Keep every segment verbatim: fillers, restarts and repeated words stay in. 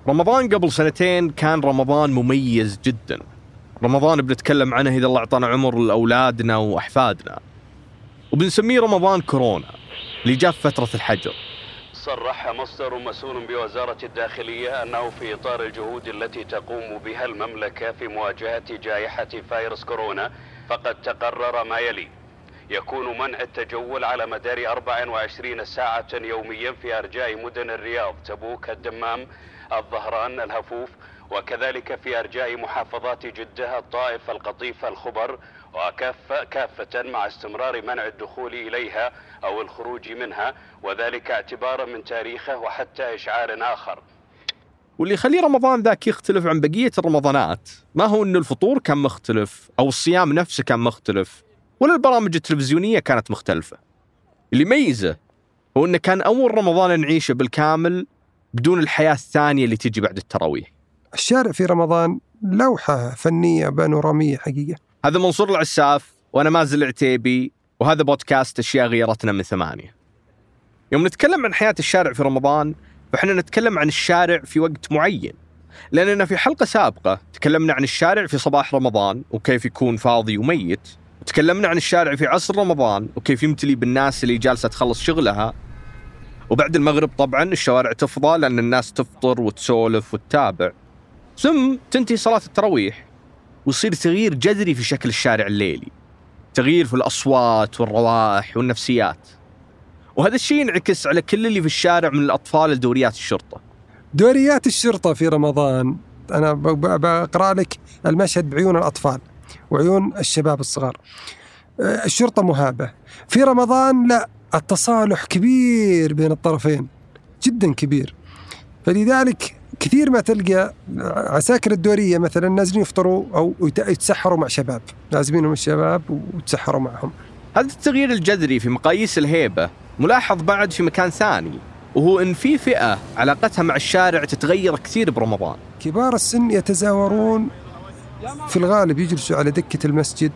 رمضان قبل سنتين كان رمضان مميز جدا. رمضان بنتكلم عنه إذا الله أعطانا عمر لأولادنا وأحفادنا، وبنسميه رمضان كورونا اللي جاء في فترة الحجر. صرح مصدر مسؤول بوزارة الداخلية أنه في إطار الجهود التي تقوم بها المملكة في مواجهة جائحة فيروس كورونا، فقد تقرر ما يلي: يكون منع التجول على مدار أربع وعشرين ساعة يوميا في أرجاء مدن الرياض، تبوك، الدمام، الظهران، الهفوف، وكذلك في أرجاء محافظات جدة، الطائف، القطيف، الخبر، وكافة كافة مع استمرار منع الدخول إليها أو الخروج منها، وذلك اعتبارا من تاريخه وحتى إشعار آخر. واللي يخلي رمضان ذاك يختلف عن بقية الرمضانات ما هو إن الفطور كان مختلف أو الصيام نفسه كان مختلف ولا البرامج التلفزيونية كانت مختلفة. اللي ميزه هو إنه كان أول رمضان نعيشه بالكامل بدون الحياة الثانية اللي تيجي بعد التراويح. الشارع في رمضان لوحة فنية بانورامية حقيقة. هذا منصور العساف وأنا مازل العتيبي، وهذا بودكاست أشياء غيرتنا من ثمانية. يوم نتكلم عن حياة الشارع في رمضان فإحنا نتكلم عن الشارع في وقت معين، لأننا في حلقة سابقة تكلمنا عن الشارع في صباح رمضان وكيف يكون فاضي وميت، وتكلمنا عن الشارع في عصر رمضان وكيف يمتلي بالناس اللي جالسة تخلص شغلها، وبعد المغرب طبعا الشوارع تفضى لأن الناس تفطر وتسولف وتتابع، ثم تنتهي صلاة التراويح ويصير تغيير جذري في شكل الشارع الليلي، تغيير في الأصوات والروائح والنفسيات. وهذا الشيء ينعكس على كل اللي في الشارع من الأطفال لدوريات الشرطة. دوريات الشرطة في رمضان أنا بقرأ لك المشهد بعيون الأطفال وعيون الشباب الصغار. الشرطة مهابة في رمضان، لا، التصالح كبير بين الطرفين جدا كبير، فلذلك كثير ما تلقى عساكر الدورية مثلا نازلين يفطروا أو يتسحروا مع شباب، لازمينهم الشباب وتسحروا معهم. هذا التغيير الجذري في مقاييس الهيبة ملاحظ بعد في مكان ثاني، وهو إن في فئة علاقتها مع الشارع تتغير كثير برمضان. كبار السن يتزاورون في الغالب، يجلسوا على دكة المسجد،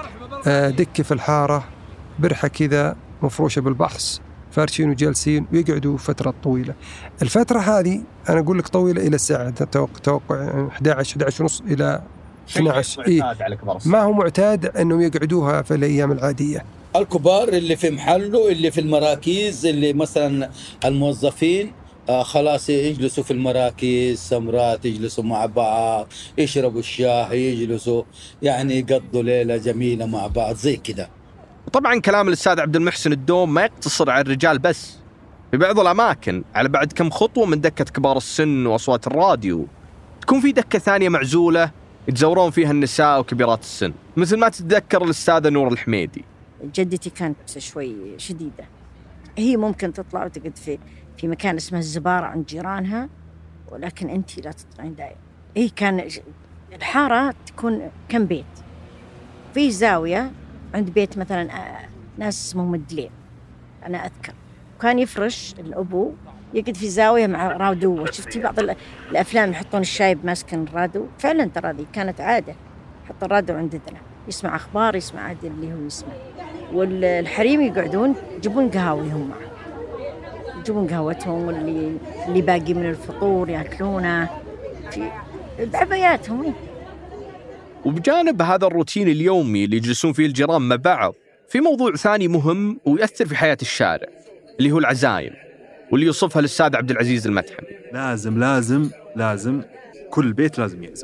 دكة في الحارة، برحة كذا مفروشة بالبحص، فارشين وجالسين ويقعدوا فترة طويلة. الفترة هذه أنا أقول لك طويلة إلى الساعة توقع إحدى عشر إحدى عشر ونص إلى اثني عشر. إيه؟ ما هو معتاد أنهم يقعدوها في الأيام العادية. الكبار اللي في محله، اللي في المراكز، اللي مثلا الموظفين آه خلاص يجلسوا في المراكز، سمرات، يجلسوا مع بعض، يشربوا الشاي، يجلسوا يعني يقضوا ليلة جميلة مع بعض زي كده. وطبعا كلام الأستاذ عبد المحسن الدوم ما يقتصر على الرجال بس. في بعض الأماكن على بعد كم خطوة من دكة كبار السن وأصوات الراديو تكون في دكة ثانية معزولة يتزورون فيها النساء وكبيرات السن، مثل ما تتذكر الأستاذة نور الحميدي. جدتي كانت شوي شديدة، هي ممكن تطلع وتقعد في في مكان اسمه الزبارة عند جيرانها، ولكن أنتي لا تطلعين دايم. هي كان الحارة تكون كم بيت، في زاوية عند بيت مثلا ناس اسمهم مدلين أنا أذكر، وكان يفرش الأبو يقعد في زاوية مع رادو. شفتي بعض الأفلام يحطون الشايب ماسكن الرادو، فعلا ترى دي كانت عادة، حط الرادو عند أذنه يسمع أخبار، يسمع عادي اللي هو يسمع. والحريم يقعدون يجيبون قهاويهم معه، يجيبون قهوتهم واللي اللي باقي من الفطور يأكلونه في بعباياتهم. وبجانب هذا الروتين اليومي اللي يجلسون فيه الجيران مع بعض، في موضوع ثاني مهم ويأثر في حياة الشارع اللي هو العزايم، واللي يوصفها الأستاذ عبد العزيز المتحمي. لازم لازم لازم كل بيت لازم يعزم،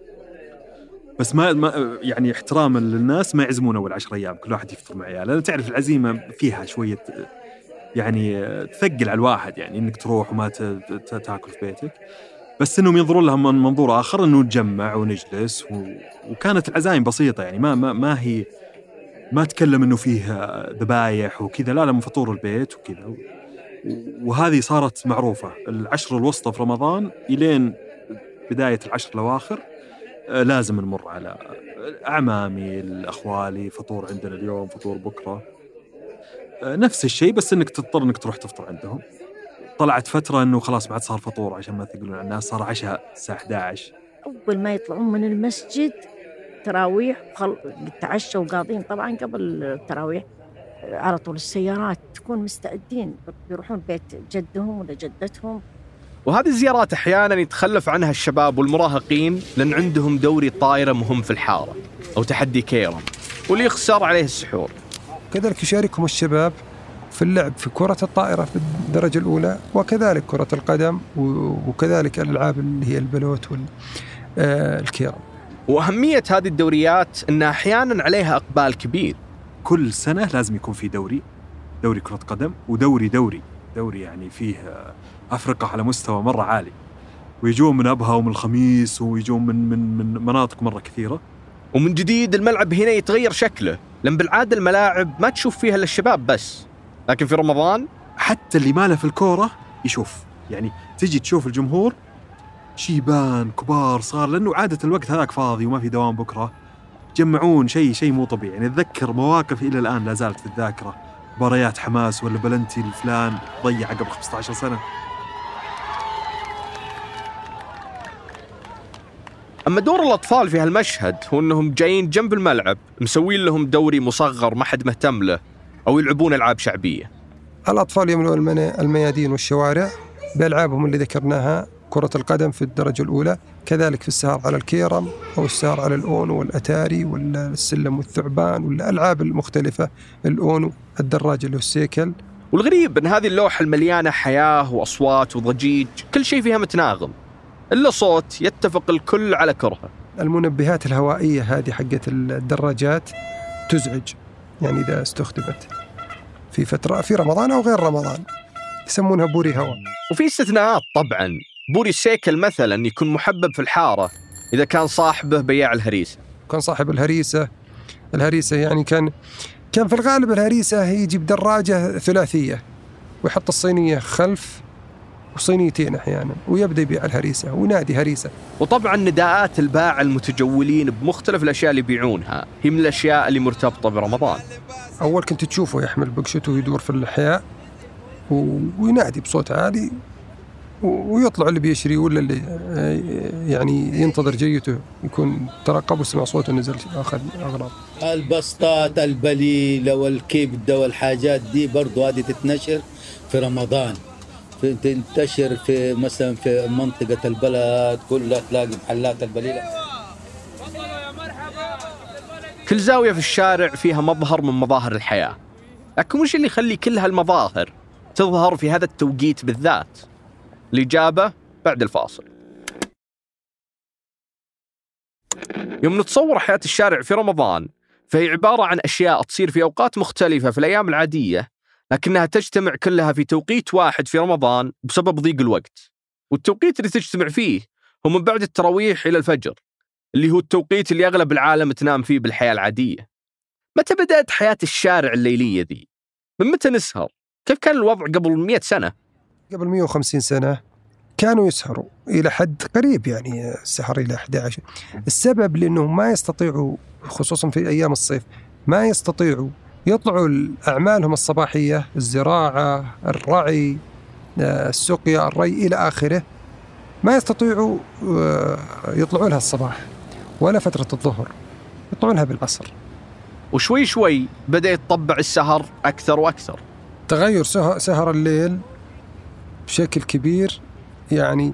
بس ما, ما يعني احتراما للناس ما يعزمون أول عشر أيام كل واحد يفطر مع عياله، لأن تعرف العزيمة فيها شوية يعني تثقل على الواحد، يعني إنك تروح وما تاكل في بيتك، بس إنهم ينظرون لها من منظور آخر، إنه نتجمع ونجلس و... وكانت العزايم بسيطة، يعني ما ما ما هي ما تكلم إنه فيه ذبايح وكذا، لا لا من فطور البيت وكذا و... وهذه صارت معروفة. العشر الوسطى في رمضان إلين بداية العشر الأواخر لازم نمر على أعمامي الأخوالي، فطور عندنا اليوم، فطور بكرة، نفس الشيء، بس إنك تضطر إنك تروح تفطر عندهم. طلعت فترة إنه خلاص ما عاد صار فطور عشان ما تقولون على الناس، صار عشاء الساعة إحدى عشر. أول ما يطلعون من المسجد تراويح خل... يتعشوا وقاضين طبعا قبل التراويح على طول السيارات تكون مستعدين، يروحون بيت جدهم ولا جدتهم وهذه الزيارات أحياناً يتخلف عنها الشباب والمراهقين لأن عندهم دوري طائرة مهم في الحارة أو تحدي كيرم واللي يخسر عليه السحور. كذلك يشاركهم الشباب في اللعب في كرة الطائرة في الدرجة الأولى، وكذلك كرة القدم، وكذلك الألعاب اللي هي البلوت والكيرم. وأهمية هذه الدوريات أنها أحياناً عليها إقبال كبير. كل سنة لازم يكون في دوري دوري كرة قدم، ودوري دوري دوري يعني فيه أفريقيا على مستوى مرة عالي، ويجون من أبها ومن الخميس ويجون من من من مناطق مرة كثيرة. ومن جديد الملعب هنا يتغير شكله، لأن بالعادة الملاعب ما تشوف فيها للشباب بس، لكن في رمضان حتى اللي ما له في الكورة يشوف. يعني تجي تشوف الجمهور شيبان كبار صغار، لأنه عادة الوقت هذاك فاضي وما في دوام بكرة، جمعون شيء شيء مو طبيعي. يعني أتذكر مواقف إلى الآن لا زالت في الذاكرة، مباريات حماس ولا بلنتي الفلان ضيع قبل خمسة عشر سنة. أما دور الأطفال في هالمشهد هو أنهم جايين جنب الملعب مسوين لهم دوري مصغر ما حد مهتم له، أو يلعبون ألعاب شعبية. الأطفال يملؤون الميادين والشوارع بألعابهم اللي ذكرناها، كرة القدم في الدرجة الأولى، كذلك في السهر على الكيرم أو السهر على الأونو والأتاري ولا السلم والثعبان ولا الألعاب المختلفة، الأونو، الدراجة اللي هو السيكل. والغريب أن هذه اللوحة المليانة حياة وأصوات وضجيج كل شيء فيها متناغم، إلا صوت يتفق الكل على كرهه. المنبهات الهوائية هذه حقت الدراجات تزعج، يعني إذا استخدمت في فترة في رمضان أو غير رمضان يسمونها بوري هواء. وفي استثناءات طبعاً. بوري السيكل مثلاً يكون محبب في الحارة إذا كان صاحبه بياع الهريسة. كان صاحب الهريسة الهريسة يعني كان كان في الغالب الهريسة يجيب دراجة ثلاثية ويحط الصينية خلف وصينيتين أحياناً ويبدأ يبيع الهريسة وينادي هريسة. وطبعاً نداءات الباعة المتجولين بمختلف الأشياء اللي يبيعونها هي من الأشياء اللي مرتبطة برمضان. أول كنت تشوفه يحمل بقشته ويدور في الأحياء وينادي بصوت عالي، ويطلع اللي بيشري ولا اللي يعني ينتظر جيته يكون ترقب وسمع صوته نزل أخذ أغراض. البسطات البليلة والكبدة والحاجات دي برضو هذه تتنشر في رمضان، تنتشر في مثلا في منطقة البلد كلها تلاقي محلات البليلة. كل زاوية في الشارع فيها مظهر من مظاهر الحياة، لكن وش اللي يخلي كل هالمظاهر تظهر في هذا التوقيت بالذات؟ الإجابة بعد الفاصل. يوم نتصور حياة الشارع في رمضان فهي عبارة عن أشياء تصير في أوقات مختلفة في الأيام العادية، لكنها تجتمع كلها في توقيت واحد في رمضان بسبب ضيق الوقت. والتوقيت اللي تجتمع فيه هو من بعد التراويح إلى الفجر، اللي هو التوقيت اللي أغلب العالم تنام فيه بالحياة العادية. متى بدأت حياة الشارع الليلية ذي؟ من متى نسهر؟ كيف كان الوضع قبل مئة سنة؟ قبل مئة وخمسين سنة كانوا يسهروا إلى حد قريب، يعني السهر إلى أحد عشر. السبب لأنهم ما يستطيعوا خصوصا في أيام الصيف ما يستطيعوا يطلعوا أعمالهم الصباحية، الزراعة، الرعي، السقيا، الري إلى آخره، ما يستطيعوا يطلعوا لها الصباح ولا فترة الظهر، يطلعوا لها بالعصر. وشوي شوي بدأ يتطبع السهر أكثر وأكثر. تغير سهر الليل بشكل كبير، يعني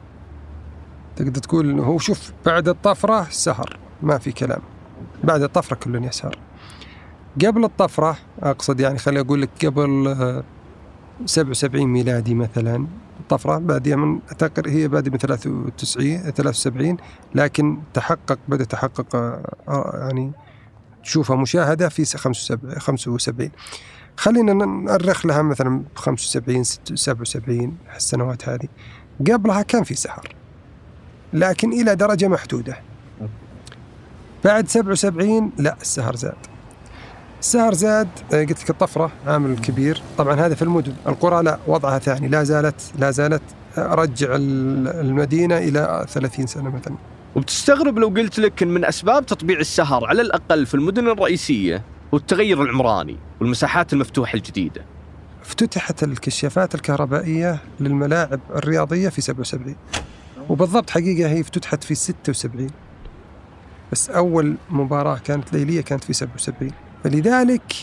تقدر تقول إنه هو شوف بعد الطفرة سهر ما في كلام، بعد الطفرة كلنا يسهر. قبل الطفرة أقصد يعني خلي أقول لك قبل سبعة وسبعين ميلادي مثلا، الطفرة بادية من أعتقد هي بادية من ثلاثة وتسعين ثلاثة وسبعين، لكن تحقق بدأ تحقق يعني تشوفها مشاهدة في خمسة وسبعين. خلينا نرخ لها مثلا خمسة وسبعين سبعة وسبعين السنوات هذه. قبلها كان في سهر لكن إلى درجة محدودة. بعد سبعة وسبعين لا السهر زاد السهر زاد قلت لك الطفرة عامل كبير. طبعا هذا في المدن، القرى لا وضعها ثاني، لا زالت لا زالت رجع المدينة إلى ثلاثين سنة مثلا. وبتستغرب لو قلت لك إن من أسباب تطبيع السهر على الأقل في المدن الرئيسية هو التغير العمراني والمساحات المفتوحة الجديدة. افتتحت الكشافات الكهربائية للملاعب الرياضية في سبعة وسبعين، وبالضبط حقيقة هي افتتحت في ستة وسبعين، بس أول مباراة كانت ليلية كانت في سبعة وسبعين. فلذلك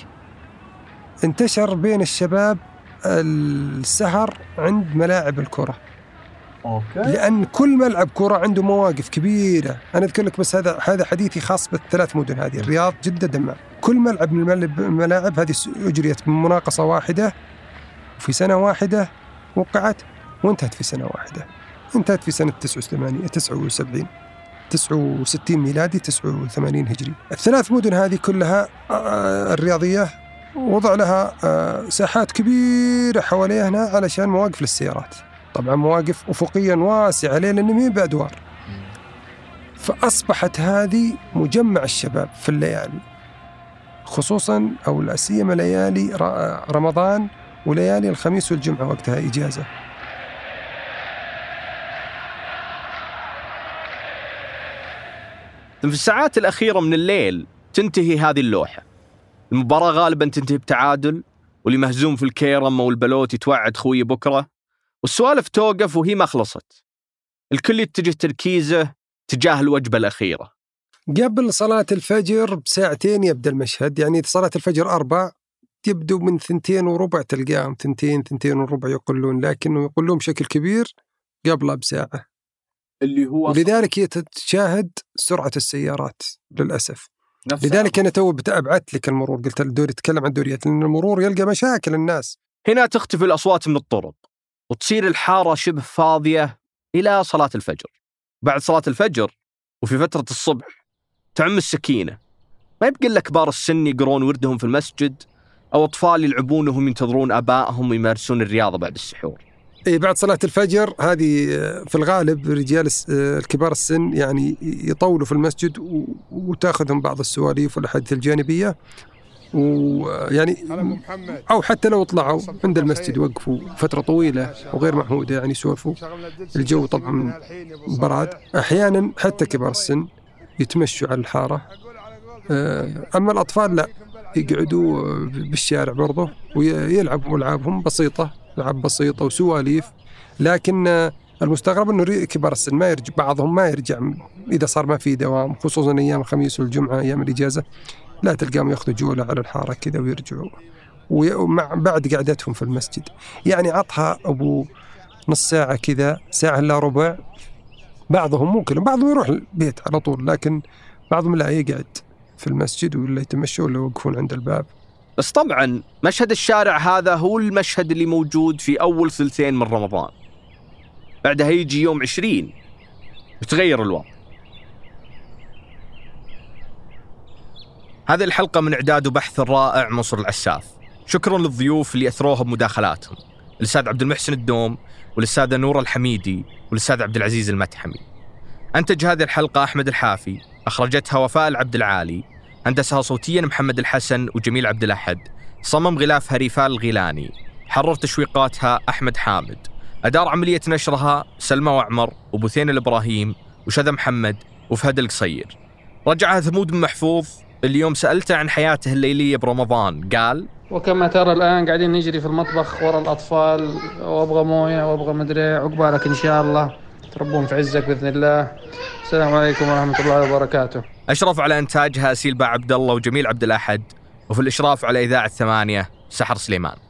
انتشر بين الشباب السهر عند ملاعب الكرة أوكي. لأن كل ملعب كرة عنده مواقف كبيرة. أنا أذكر لك بس هذا هذا حديثي خاص بالثلاث مدن هذه، الرياض جدة دمام. كل ملعب من الملاعب هذه أجريت بمناقصة واحدة وفي سنة واحدة وقعت وانتهت في سنة واحدة. انتهت في سنة تسعة وثمانين تسعة وسبعين تسعة وستين ميلادي تسعة وثمانين هجري. الثلاث مدن هذه كلها الرياضية وضع لها ساحات كبيرة حواليها علشان مواقف للسيارات، طبعا مواقف أفقيا واسعة لأن مين بأدوار. فأصبحت هذه مجمع الشباب في الليالي، خصوصا أو لا سيما ليالي رمضان وليالي الخميس والجمعة وقتها إجازة. في الساعات الأخيرة من الليل تنتهي هذه اللوحة. المباراة غالبا تنتهي بتعادل، واللي مهزوم في الكيرم أو البلوت يتوعد خويه بكرة، والسوالف توقف وهي ما خلصت. الكل يتجه تركيزه تجاه الوجبة الأخيرة. قبل صلاة الفجر بساعتين يبدأ المشهد، يعني صلاة الفجر أربع يبدو من ثنتين وربع تلقاهم ثنتين ثنتين وربع يقولون، لكنه يقولون بشكل كبير قبلها بساعة، اللي هو ولذلك هي تشاهد سرعة السيارات للأسف. لذلك أنا تو أبعت لك المرور، قلت الدوري يتكلم عن دوريات، لأن المرور يلقى مشاكل الناس. هنا تختفي الأصوات من الطرق وتصير الحارة شبه فاضية إلى صلاة الفجر. بعد صلاة الفجر وفي فترة الصبح تعم السكينة، ما يبقى لك كبار السن يقرون وردهم في المسجد أو أطفال يلعبون وهم ينتظرون آبائهم ويمارسون الرياضة بعد السحور. إيه بعد صلاة الفجر هذه في الغالب رجال الكبار السن يعني يطولوا في المسجد وتأخذهم بعض السواليف والأحاديث الجانبية، ويعني أو حتى لو طلعوا عند المسجد وقفوا فترة طويلة وغير معهودة يعني سولفوا. الجو طبعا براد، أحيانا حتى كبار السن يتمشوا على الحارة، أما الأطفال لا، يقعدوا بالشارع برضه ويلعبوا ألعابهم بسيطة، لعب بسيطة وسواليف. لكن المستغرب أنه كبار السن ما يرجع، بعضهم ما يرجع إذا صار ما في دوام، خصوصا أيام الخميس والجمعة أيام الإجازة، لا تلقاهم يأخذوا جولة على الحارة كذا ويرجعوا ومع بعد قعدتهم في المسجد. يعني عطها أبو نص ساعة كذا، ساعة إلا ربع. بعضهم ممكن بعضهم يروح البيت على طول، لكن بعضهم لا يقعد في المسجد ولا يتمشوا ولا يوقفون عند الباب. بس طبعا مشهد الشارع هذا هو المشهد اللي موجود في أول ثلثين من رمضان. بعدها يجي يوم عشرين يتغير الوضع. هذه الحلقة من إعداد وبحث الرائع منصور العساف. شكرا للضيوف اللي أثروها بمداخلاتهم، الأستاذ عبد المحسن الدوم والأستاذة نورة الحميدي والأستاذ عبد العزيز المتحمي. أنتج هذه الحلقة أحمد الحافي، أخرجتها وفاء العبد العالي، هندسها صوتيا محمد الحسن وجميل عبد الأحد، صمم غلافها ريفال الغيلاني، حرر تشويقاتها أحمد حامد، أدار عملية نشرها سلمى وعمر وبثين الإبراهيم وشذا محمد وفهد القصير. رجعها ثمود بن محفوظ، اليوم سألته عن حياته الليلية برمضان، قال: وكما ترى الآن قاعدين نجري في المطبخ وراء الأطفال، وأبغى موية وأبغى مدري، عقبالك إن شاء الله تربون في عزك بإذن الله. السلام عليكم ورحمة الله وبركاته. أشرف على إنتاجها سيلبا عبد الله وجميل عبد الأحد، وفي الإشراف على إذاعة ثمانية سحر سليمان.